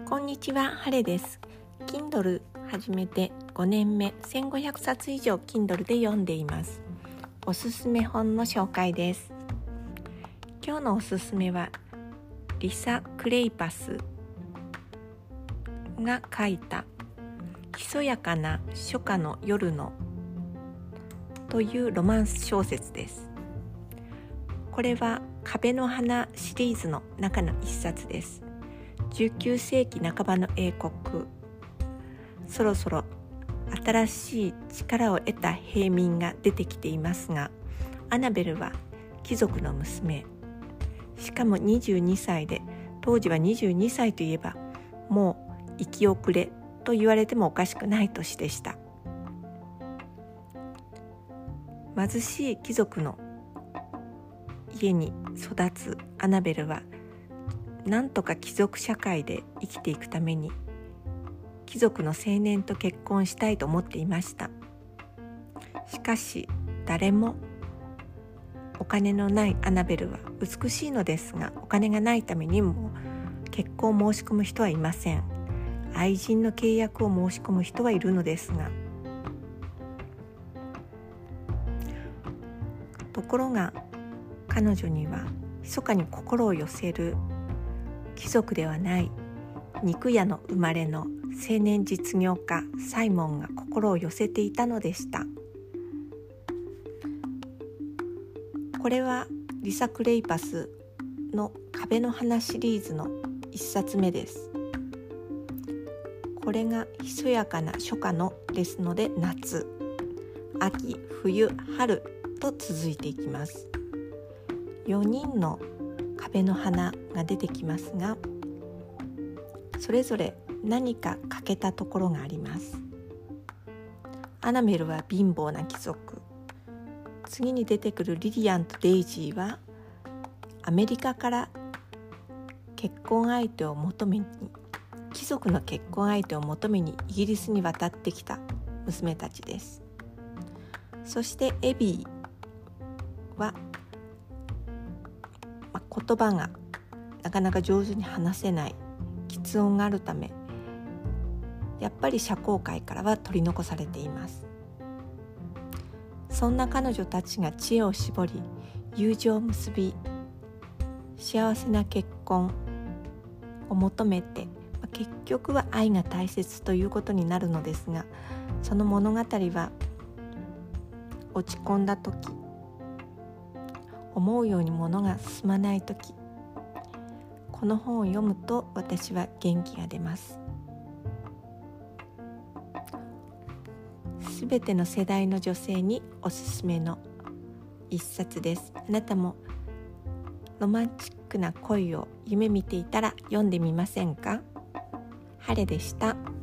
こんにちは、ハレです。Kindle 始めて5年目、1500冊以上 Kindle で読んでいます。おすすめ本の紹介です。今日のおすすめはリサ・クレイパスが書いたひそやかな初夏の夜のというロマンス小説です。これは壁の花シリーズの中の一冊です。19世紀半ばの英国、そろそろ新しい力を得た平民が出てきていますが、アナベルは貴族の娘、しかも22歳で、当時は22歳といえばもう生き遅れと言われてもおかしくない年でした。貧しい貴族の家に育つアナベルは、なんとか貴族社会で生きていくために貴族の青年と結婚したいと思っていました。しかし誰もお金のないアナベルは美しいのですが、お金がないためにも結婚を申し込む人はいません。愛人の契約を申し込む人はいるのですが、ところが彼女には密かに心を寄せる貴族ではない肉屋の生まれの青年実業家サイモンが心を寄せていたのでした。これはリサ・クレイパスの壁の花シリーズの一冊目です。これがひそやかな初夏のですので、夏、秋、冬、春と続いていきます。4人の壁の花が出てきますが、それぞれ何か欠けたところがあります。アナベルは貧乏な貴族、次に出てくるリリアンとデイジーはアメリカから結婚相手を求めに、貴族の結婚相手を求めにイギリスに渡ってきた娘たちです。そしてエビーは言葉がなかなか上手に話せない、喫音があるため、やっぱり社交界からは取り残されています。そんな彼女たちが知恵を絞り、友情を結び、幸せな結婚を求めて、結局は愛が大切ということになるのですが、その物語は落ち込んだ時、思うように物が進まないとき、この本を読むと私は元気が出ます。すべての世代の女性におすすめの一冊です。あなたもロマンチックな恋を夢見ていたら読んでみませんか？ハレでした。